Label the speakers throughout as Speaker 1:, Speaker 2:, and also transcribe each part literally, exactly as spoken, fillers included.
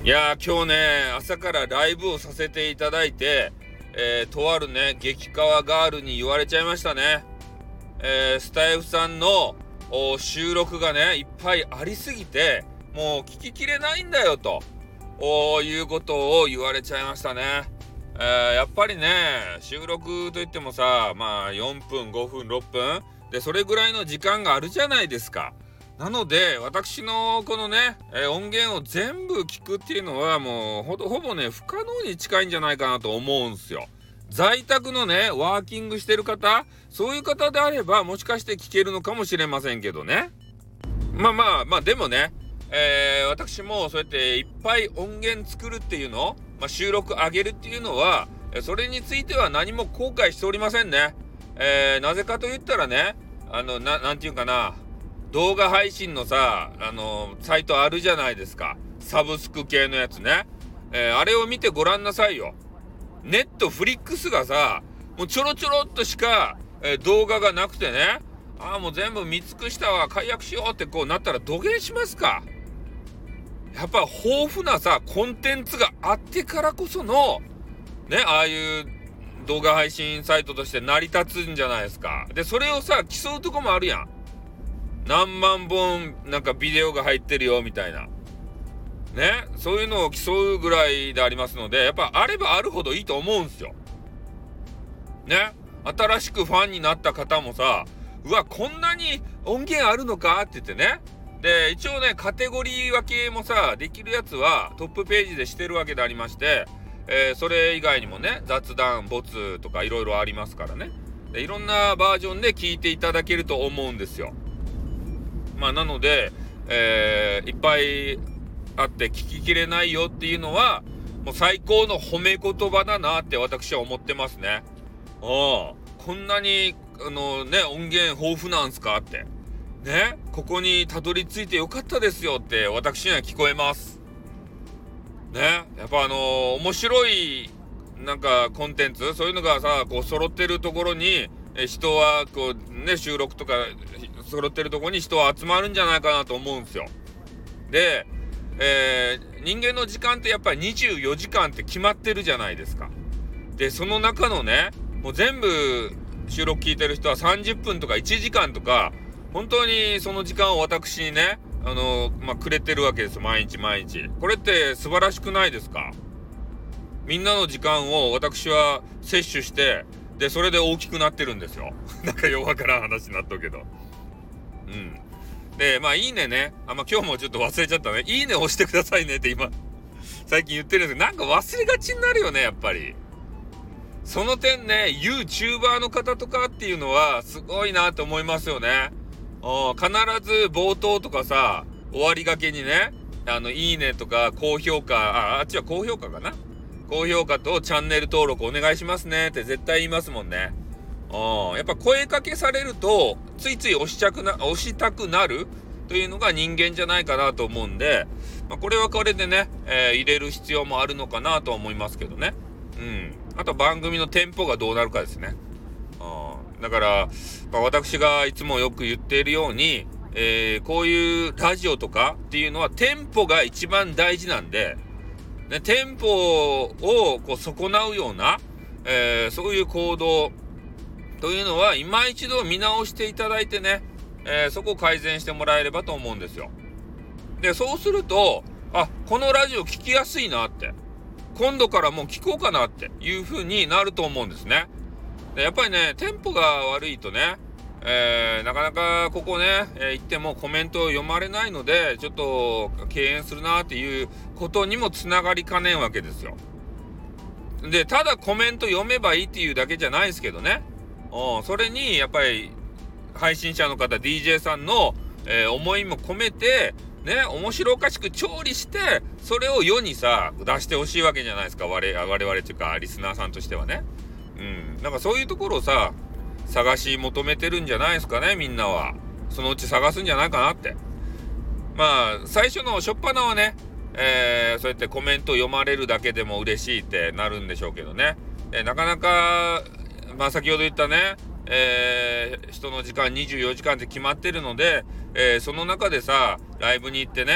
Speaker 1: いやー今日ね朝からライブをさせていただいて、えー、とあるね激カワガールに言われちゃいましたね。えー、スタイフさんの収録がねいっぱいありすぎてもう聞ききれないんだよということを言われちゃいましたね。えー、やっぱりね収録といってもさまあよんぷんごふんろっぷんでそれぐらいの時間があるじゃないですか。なので私のこのね、えー、音源を全部聞くっていうのはもうほほぼね不可能に近いんじゃないかなと思うんですよ。在宅のねワーキングしてる方そういう方であればもしかして聞けるのかもしれませんけどね。まあまあまあでもね、えー、私もそうやっていっぱい音源作るっていうの、まあ、収録上げるっていうのはそれについては何も後悔しておりませんね。えー、なぜかと言ったらねあのななんていうかな動画配信のさあのサイトあるじゃないですか。サブスク系のやつね、えー、あれを見てごらんなさいよ。ネットフリックスがさもうちょろちょろっとしか、えー、動画がなくてねああもう全部見尽くしたわ解約しようってこうなったらどげんしますか。やっぱ豊富なさコンテンツがあってからこそのねああいう動画配信サイトとして成り立つんじゃないですか。でそれをさ競うとこもあるやん。何万本なんかビデオが入ってるよみたいなねそういうのを競うぐらいでありますのでやっぱあればあるほどいいと思うんですよね。新しくファンになった方もさうわこんなに音源あるのかって言ってねで一応ねカテゴリー分けもさできるやつはトップページでしてるわけでありまして、えー、それ以外にもね雑談ボツとかいろいろありますからねでいろんなバージョンで聞いていただけると思うんですよ。まあなので、えー、いっぱいあって聞ききれないよっていうのはもう最高の褒め言葉だなって私は思ってますね。ああこんなにあのね音源豊富なんすかってねここにたどり着いてよかったですよって私には聞こえますね。やっぱあのー、面白いなんかコンテンツそういうのがさこう揃ってるところにえ人はこうね収録とか揃ってるところに人は集まるんじゃないかなと思うんですよ。で、えー、人間の時間ってやっぱりにじゅうよじかんって決まってるじゃないですか。でその中のねもう全部収録聞いてる人はさんじゅっぷんとかいちじかんとか本当にその時間を私にねあのまあ、くれてるわけです毎日毎日。これって素晴らしくないですか。みんなの時間を私は摂取してでそれで大きくなってるんですよなんかよくわからん話になっとるけどうんでまあいいねねあまあ今日もちょっと忘れちゃったねいいね押してくださいねって今最近言ってるんですけどなんか忘れがちになるよねやっぱり。その点ね YouTuber の方とかっていうのはすごいなと思いますよね。必ず冒頭とかさ終わりがけにねあのいいねとか高評価ああっちは高評価かな高評価とチャンネル登録お願いしますねって絶対言いますもんね。やっぱ声かけされるとついつい押したくな押したくなるというのが人間じゃないかなと思うんで、まあ、これはこれでね、えー、入れる必要もあるのかなと思いますけどね。うんあと番組のテンポがどうなるかですね。だから、まあ、私がいつもよく言っているように、えー、こういうラジオとかっていうのはテンポが一番大事なんで、ね、テンポをこう損なうような、えー、そういう行動というのは今一度見直していただいてね、えー、そこを改善してもらえればと思うんですよ。でそうするとあこのラジオ聞きやすいなって今度からもう聞こうかなっていう風になると思うんですね。でやっぱりねテンポが悪いとね、えー、なかなかここね、えー、言ってもコメントを読まれないのでちょっと敬遠するなっていうことにもつながりかねんわけですよ。でただコメント読めばいいっていうだけじゃないですけどねおそれにやっぱり配信者の方 ディージェー さんの、えー、思いも込めてね面白おかしく調理してそれを世にさ出してほしいわけじゃないですか我々我々というかリスナーさんとしてはね。うんなんかそういうところをさ探し求めてるんじゃないですかねみんなは。そのうち探すんじゃないかなって。まあ最初の初っ端はね、えー、そうやってコメント読まれるだけでも嬉しいってなるんでしょうけどね。えなかなかまあ先ほど言ったね、えー、人の時間にじゅうよじかんって決まってるので、えー、その中でさライブに行ってね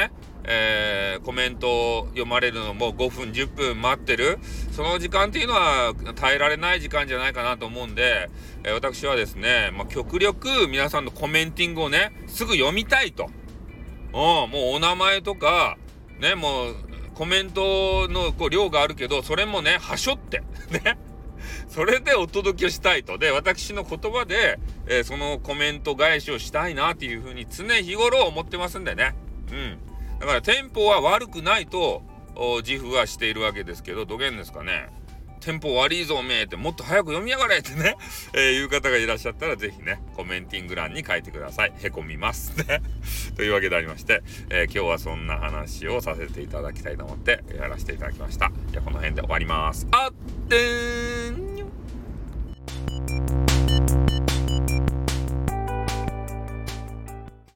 Speaker 1: えー、コメントを読まれるのもごふんじゅっぷん待ってる、その時間っていうのは耐えられない時間じゃないかなと思うんで、えー、私はですね、まあ、極力皆さんのコメンティングをねすぐ読みたいと。うん、もうお名前とかね、もうコメントのこう量があるけど、それもねはしょってねそれでお届けをしたいと。で、私の言葉で、えー、そのコメント返しをしたいなっていうふうに常日頃思ってますんでね。うん。だからテンポは悪くないと自負はしているわけですけど、どげんですかね。テンポ悪いぞおめえってもっと早く読みやがれってね、えー、いう方がいらっしゃったらぜひねコメンティング欄に書いてください。へこみますねというわけでありまして、えー、今日はそんな話をさせていただきたいと思ってやらせていただきました。じゃあこの辺で終わります。あってー